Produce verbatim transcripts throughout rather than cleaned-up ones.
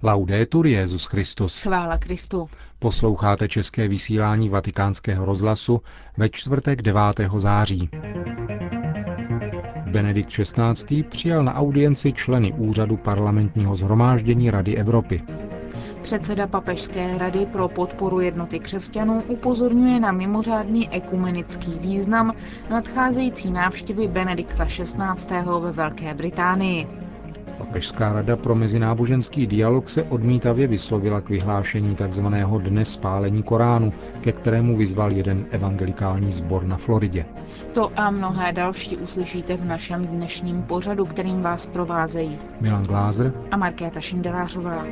Laudetur Jesus Christus. Chvála Kristu. Posloucháte české vysílání Vatikánského rozhlasu ve čtvrtek devátého září. Benedikt šestnáctý. Přijal na audienci členy úřadu parlamentního shromáždění Rady Evropy. Předseda Papežské rady pro podporu jednoty křesťanů upozorňuje na mimořádný ekumenický význam nadcházející návštěvy Benedikta šestnáctého. ve Velké Británii. Papežská rada pro mezináboženský dialog se odmítavě vyslovila k vyhlášení tzv. Dne spálení Koránu, ke kterému vyzval jeden evangelikální sbor na Floridě. To a mnohé další uslyšíte v našem dnešním pořadu, kterým vás provázejí Milan Glázer a Markéta Šindelářová.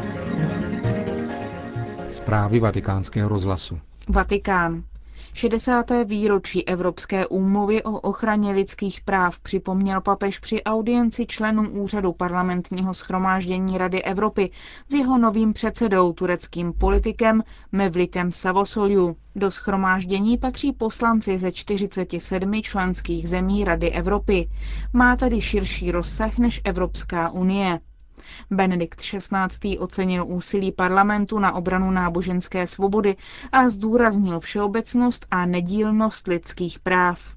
Zprávy Vatikánského rozhlasu. Vatikán. šedesáté výročí Evropské úmluvy o ochraně lidských práv připomněl papež při audienci členů úřadu parlamentního shromáždění Rady Evropy s jeho novým předsedou, tureckým politikem Mevlitem Çavuşoğlu. Do shromáždění patří poslanci ze čtyřiceti sedmi členských zemí Rady Evropy. Má tedy širší rozsah než Evropská unie. Benedikt šestnáctý. ocenil úsilí parlamentu na obranu náboženské svobody a zdůraznil všeobecnost a nedílnost lidských práv.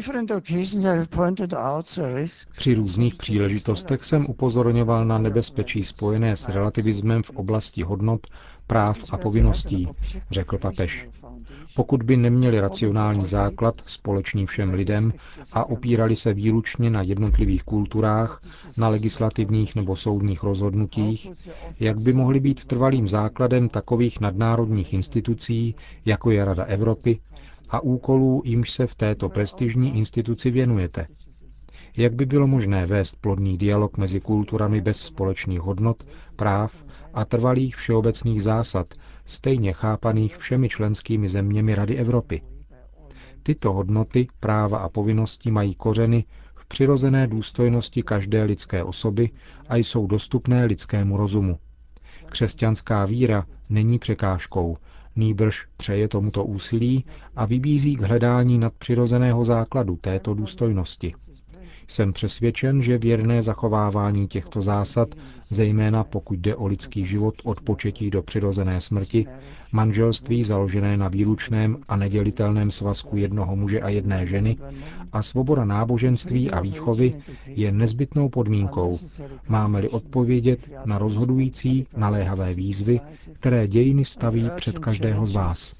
Při různých příležitostech jsem upozorňoval na nebezpečí spojené s relativismem v oblasti hodnot, práv a povinností, řekl papež. Pokud by neměli racionální základ, společný všem lidem, a opírali se výlučně na jednotlivých kulturách, na legislativních nebo soudních rozhodnutích, jak by mohly být trvalým základem takových nadnárodních institucí, jako je Rada Evropy, a úkolů, jimž se v této prestižní instituci věnujete. Jak by bylo možné vést plodný dialog mezi kulturami bez společných hodnot, práv a trvalých všeobecných zásad, stejně chápaných všemi členskými zeměmi Rady Evropy? Tyto hodnoty, práva a povinnosti mají kořeny v přirozené důstojnosti každé lidské osoby a jsou dostupné lidskému rozumu. Křesťanská víra není překážkou, nýbrž přeje tomuto úsilí a vybízí k hledání nadpřirozeného základu této důstojnosti. Jsem přesvědčen, že věrné zachovávání těchto zásad, zejména pokud jde o lidský život od početí do přirozené smrti, manželství založené na výlučném a nedělitelném svazku jednoho muže a jedné ženy a svoboda náboženství a výchovy je nezbytnou podmínkou, máme-li odpovědět na rozhodující, naléhavé výzvy, které dějiny staví před každého z vás.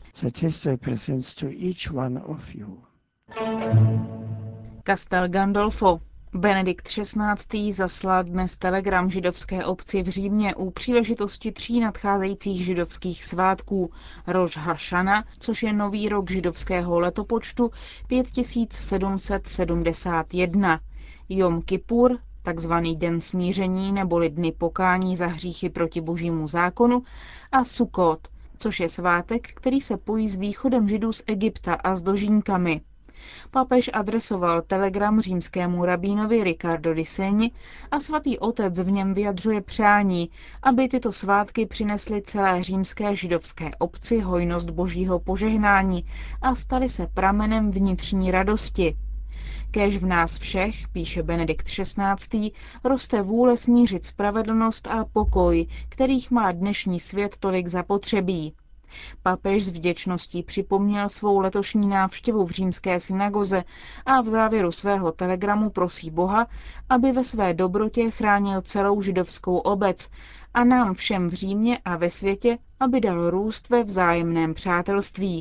Castel Gandolfo. Benedikt šestnáctý. zaslal dnes telegram židovské obci v Římě u příležitosti tří nadcházejících židovských svátků Roš Hašana, což je nový rok židovského letopočtu pět tisíc sedm set sedmdesát jedna, Jom Kipur, takzvaný Den smíření neboli dny pokání za hříchy proti božímu zákonu, a Sukot, což je svátek, který se pojí s východem židů z Egypta a s dožínkami. Papež adresoval telegram římskému rabínovi Riccardo di Segni a svatý otec v něm vyjadřuje přání, aby tyto svátky přinesly celé římské židovské obci hojnost božího požehnání a staly se pramenem vnitřní radosti. Kéž v nás všech, píše Benedikt šestnáctý. roste vůle smířit spravedlnost a pokoj, kterých má dnešní svět tolik zapotřebí. Papež s vděčností připomněl svou letošní návštěvu v římské synagoze a v závěru svého telegramu prosí Boha, aby ve své dobrotě chránil celou židovskou obec a nám všem v Římě a ve světě, aby dal růst ve vzájemném přátelství.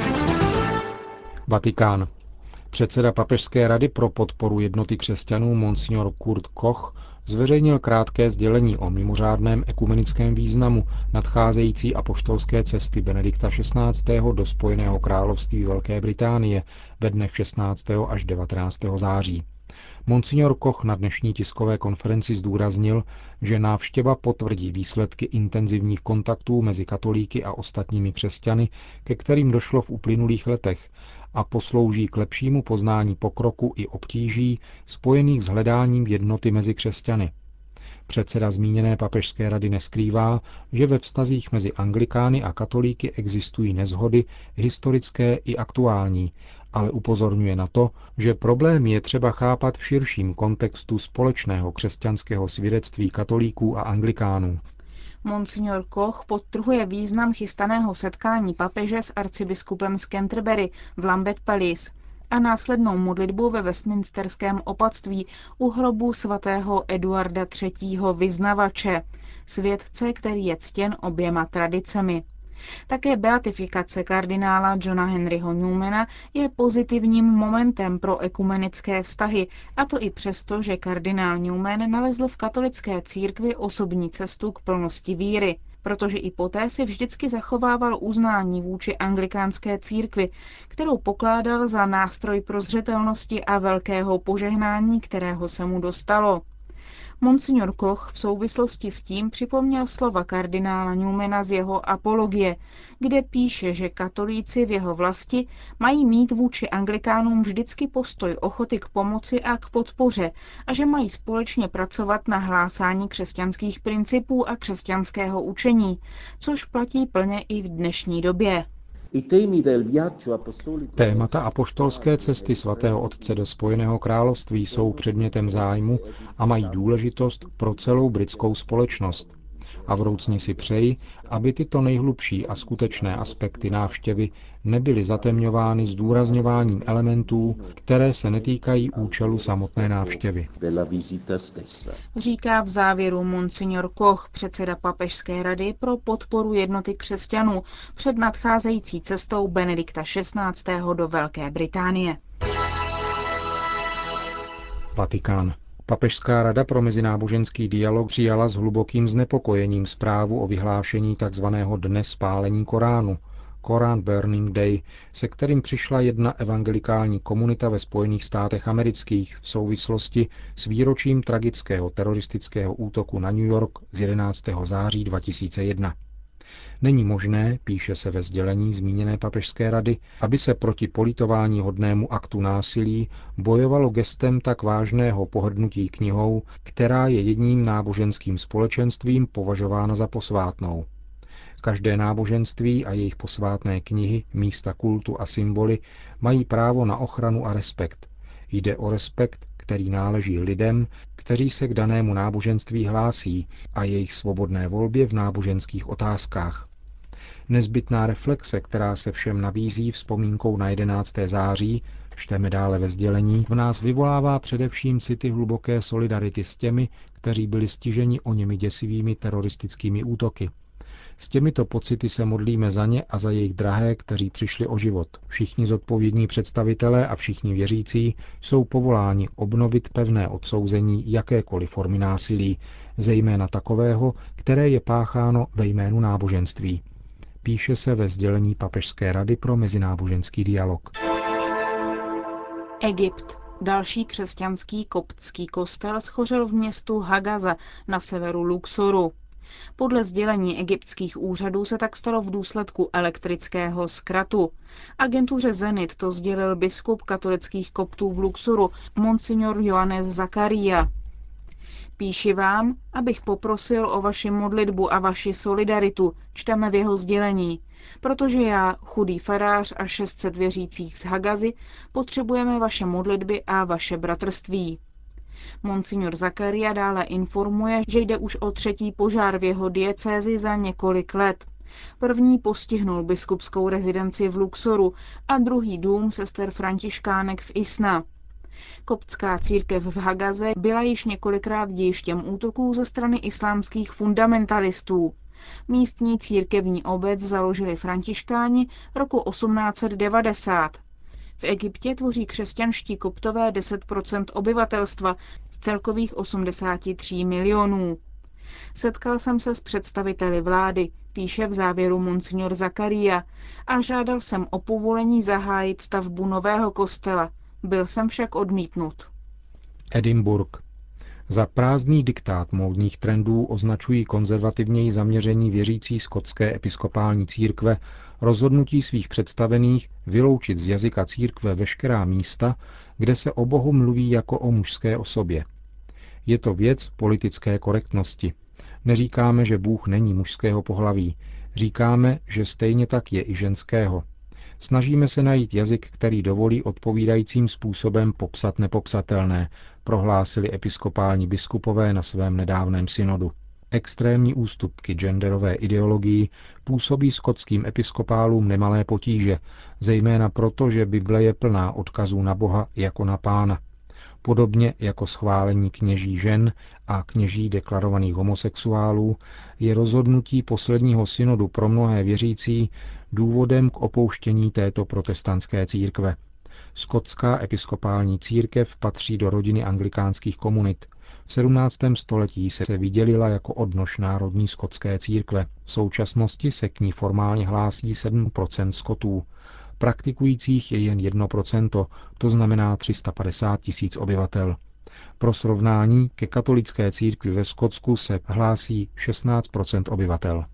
Vatikán. Předseda Papežské rady pro podporu jednoty křesťanů Monsignor Kurt Koch zveřejnil krátké sdělení o mimořádném ekumenickém významu nadcházející apoštolské cesty Benedikta šestnáctého. do Spojeného království Velké Británie ve dnech šestnáctého až devatenáctého září. Monsignor Koch na dnešní tiskové konferenci zdůraznil, že návštěva potvrdí výsledky intenzivních kontaktů mezi katolíky a ostatními křesťany, ke kterým došlo v uplynulých letech, a poslouží k lepšímu poznání pokroku i obtíží spojených s hledáním jednoty mezi křesťany. Předseda zmíněné papežské rady neskrývá, že ve vztazích mezi anglikány a katolíky existují neshody historické i aktuální, ale upozorňuje na to, že problém je třeba chápat v širším kontextu společného křesťanského svědectví katolíků a anglikánů. Monsignor Koch podtrhuje význam chystaného setkání papeže s arcibiskupem z Canterbury v Lambeth Palace a následnou modlitbu ve Westminsterském opatství u hrobu svatého Eduarda třetího. Vyznavače, světce, který je ctěn oběma tradicemi. Také beatifikace kardinála Johna Henryho Newmana je pozitivním momentem pro ekumenické vztahy, a to i přesto, že kardinál Newman nalezl v katolické církvi osobní cestu k plnosti víry, protože i poté si vždycky zachovával uznání vůči anglikánské církvi, kterou pokládal za nástroj prozřetelnosti a velkého požehnání, kterého se mu dostalo. Monsignor Koch v souvislosti s tím připomněl slova kardinála Newmana z jeho apologie, kde píše, že katolíci v jeho vlasti mají mít vůči anglikánům vždycky postoj ochoty k pomoci a k podpoře a že mají společně pracovat na hlásání křesťanských principů a křesťanského učení, což platí plně i v dnešní době. Témata apoštolské cesty svatého otce do Spojeného království jsou předmětem zájmu a mají důležitost pro celou britskou společnost. A vroucně si přeji, aby tyto nejhlubší a skutečné aspekty návštěvy nebyly zatemňovány zdůrazňováním elementů, které se netýkají účelu samotné návštěvy. Říká v závěru monsignor Koch, předseda Papežské rady pro podporu jednoty křesťanů před nadcházející cestou Benedikta šestnáctého. Do Velké Británie. Vatikán. Papežská rada pro mezináboženský dialog přijala s hlubokým znepokojením zprávu o vyhlášení tzv. Dne spálení Koránu, Koran Burning Day, se kterým přišla jedna evangelikální komunita ve Spojených státech amerických v souvislosti s výročím tragického teroristického útoku na New York z jedenáctého září dva tisíce jedna. Není možné, píše se ve sdělení zmíněné papežské rady, aby se proti politování hodnému aktu násilí bojovalo gestem tak vážného pohrdnutí knihou, která je jedním náboženským společenstvím považována za posvátnou. Každé náboženství a jejich posvátné knihy, místa kultu a symboly mají právo na ochranu a respekt. Jde o respekt, který náleží lidem, kteří se k danému náboženství hlásí, a jejich svobodné volbě v náboženských otázkách. Nezbytná reflexe, která se všem nabízí vzpomínkou na jedenácté září, čteme dále ve sdělení, v nás vyvolává především city hluboké solidarity s těmi, kteří byli stiženi oněmi děsivými teroristickými útoky. S těmito pocity se modlíme za ně a za jejich drahé, kteří přišli o život. Všichni zodpovědní představitelé a všichni věřící jsou povoláni obnovit pevné odsouzení jakékoliv formy násilí, zejména takového, které je pácháno ve jménu náboženství. Píše se ve sdělení Papežské rady pro mezináboženský dialog. Egypt. Další křesťanský koptský kostel schořel v městu Hagaza na severu Luxoru. Podle sdělení egyptských úřadů se tak stalo v důsledku elektrického zkratu. Agentuře Zenit to sdělil biskup katolických koptů v Luxoru, monsignor Johannes Zakaria. Píši vám, abych poprosil o vaši modlitbu a vaši solidaritu, čteme v jeho sdělení, protože já, chudý farář a šest set věřících z Hagazy, potřebujeme vaše modlitby a vaše bratrství. Monsignor Zakaria dále informuje, že jde už o třetí požár v jeho diecézi za několik let. První postihnul biskupskou rezidenci v Luxoru a druhý dům sester františkánek v Isna. Koptská církev v Hagaze byla již několikrát dějištěm útoků ze strany islámských fundamentalistů. Místní církevní obec založili františkáni roku osmnáct set devadesát. V Egyptě tvoří křesťanští koptové deset procent obyvatelstva z celkových osmdesáti tří milionů. Setkal jsem se s představiteli vlády, píše v závěru monsignor Zakaria, a žádal jsem o povolení zahájit stavbu nového kostela. Byl jsem však odmítnut. Edinburgh. Za prázdný diktát módních trendů označují konzervativněji zaměření věřící skotské episkopální církve rozhodnutí svých představených vyloučit z jazyka církve veškerá místa, kde se o Bohu mluví jako o mužské osobě. Je to věc politické korektnosti. Neříkáme, že Bůh není mužského pohlaví. Říkáme, že stejně tak je i ženského. Snažíme se najít jazyk, který dovolí odpovídajícím způsobem popsat nepopsatelné, prohlásili episkopální biskupové na svém nedávném synodu. Extrémní ústupky genderové ideologii působí skotským episkopálům nemalé potíže, zejména proto, že Bible je plná odkazů na Boha jako na Pána. Podobně jako schválení kněží žen a kněží deklarovaných homosexuálů je rozhodnutí posledního synodu pro mnohé věřící důvodem k opouštění této protestantské církve. Skotská episkopální církev patří do rodiny anglikánských komunit. V sedmnáctém století se vydělila jako odnož národní skotské církve. V současnosti se k ní formálně hlásí sedm procent Skotů. Praktikujících je jen jedno procento, to znamená tři sta padesát tisíc obyvatel. Pro srovnání, ke katolické církvi ve Skotsku se hlásí šestnáct procent obyvatel.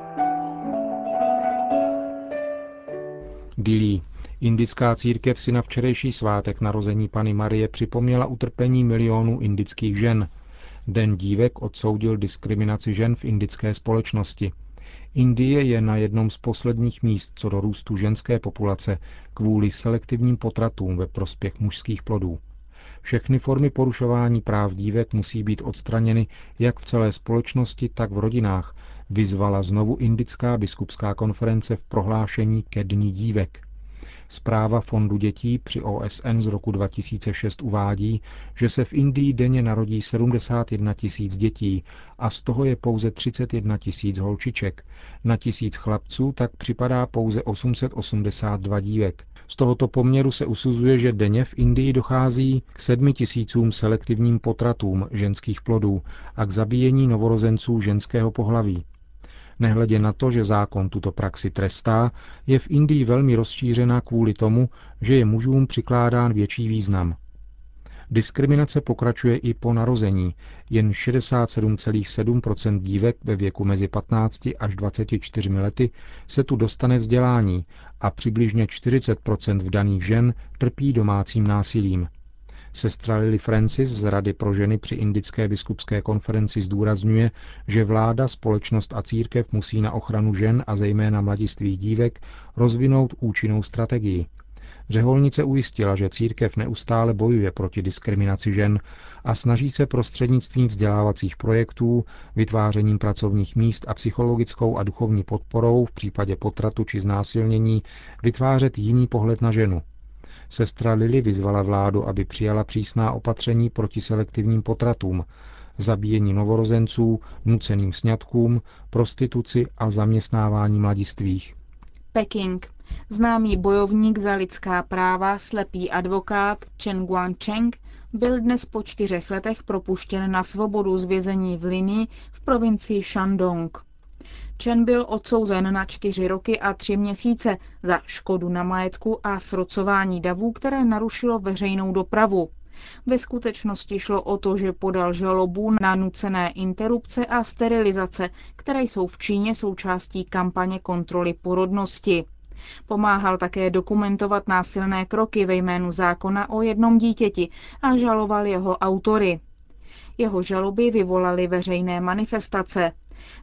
Dili. Indická církev si na včerejší svátek narození Panny Marie připomněla utrpení milionů indických žen. Den dívek odsoudil diskriminaci žen v indické společnosti. Indie je na jednom z posledních míst co do růstu ženské populace kvůli selektivním potratům ve prospěch mužských plodů. Všechny formy porušování práv dívek musí být odstraněny jak v celé společnosti, tak v rodinách, vyzvala znovu Indická biskupská konference v prohlášení ke dni dívek. Zpráva Fondu dětí při O S N z roku dva tisíce šest uvádí, že se v Indii denně narodí sedmdesát jedna tisíc dětí a z toho je pouze třicet jedna tisíc holčiček. Na tisíc chlapců tak připadá pouze osm set osmdesát dva dívek. Z tohoto poměru se usuzuje, že denně v Indii dochází k sedmi tisícům selektivním potratům ženských plodů a k zabíjení novorozenců ženského pohlaví. Nehledě na to, že zákon tuto praxi trestá, je v Indii velmi rozšířena kvůli tomu, že je mužům přikládán větší význam. Diskriminace pokračuje i po narození. Jen šedesát sedm celá sedm procent dívek ve věku mezi patnácti až dvaceti čtyřmi lety se tu dostane vzdělání a přibližně čtyřicet procent vdaných žen trpí domácím násilím. Sestra Lily Francis z Rady pro ženy při Indické biskupské konferenci zdůrazňuje, že vláda, společnost a církev musí na ochranu žen a zejména mladistvých dívek rozvinout účinnou strategii. Řeholnice ujistila, že církev neustále bojuje proti diskriminaci žen a snaží se prostřednictvím vzdělávacích projektů, vytvářením pracovních míst a psychologickou a duchovní podporou v případě potratu či znásilnění vytvářet jiný pohled na ženu. Sestra Lily vyzvala vládu, aby přijala přísná opatření proti selektivním potratům, zabíjení novorozenců, nuceným sňatkům, prostituci a zaměstnávání mladistvých. Peking. Známý bojovník za lidská práva, slepý advokát Chen Guangcheng byl dnes po čtyřech letech propuštěn na svobodu z vězení v Linyi v provincii Shandong. Chen byl odsouzen na čtyři roky a tři měsíce za škodu na majetku a srocování davů, které narušilo veřejnou dopravu. Ve skutečnosti šlo o to, že podal žalobu na nucené interrupce a sterilizace, které jsou v Číně součástí kampaně kontroly porodnosti. Pomáhal také dokumentovat násilné kroky ve jménu zákona o jednom dítěti a žaloval jeho autory. Jeho žaloby vyvolaly veřejné manifestace.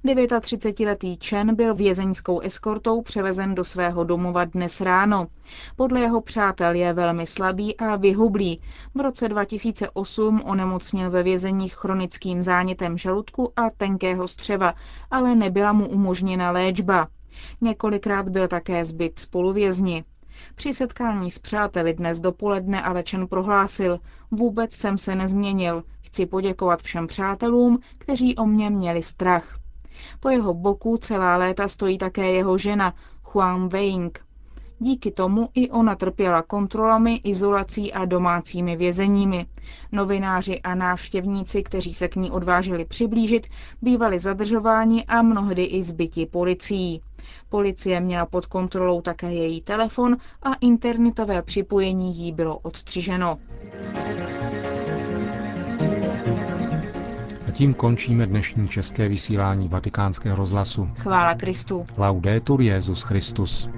třicetiletý Chen byl vězeňskou eskortou převezen do svého domova dnes ráno. Podle jeho přátel je velmi slabý a vyhublý. V roce dva tisíce osm onemocněl ve vězeních chronickým zánětem žaludku a tenkého střeva, ale nebyla mu umožněna léčba. Několikrát byl také zbyt spoluvězni. Při setkání s přáteli dnes dopoledne ale Chen prohlásil: vůbec jsem se nezměnil, chci poděkovat všem přátelům, kteří o mě měli strach. Po jeho boku celá léta stojí také jeho žena Huang Weiying. Díky tomu i ona trpěla kontrolami, izolací a domácími vězeními. Novináři a návštěvníci, kteří se k ní odvážili přiblížit, bývali zadržováni a mnohdy i zbyti policií. Policie měla pod kontrolou také její telefon a internetové připojení jí bylo odstřiženo. A tím končíme dnešní české vysílání Vatikánského rozhlasu. Chvála Kristu. Laudetur Jesus Christus.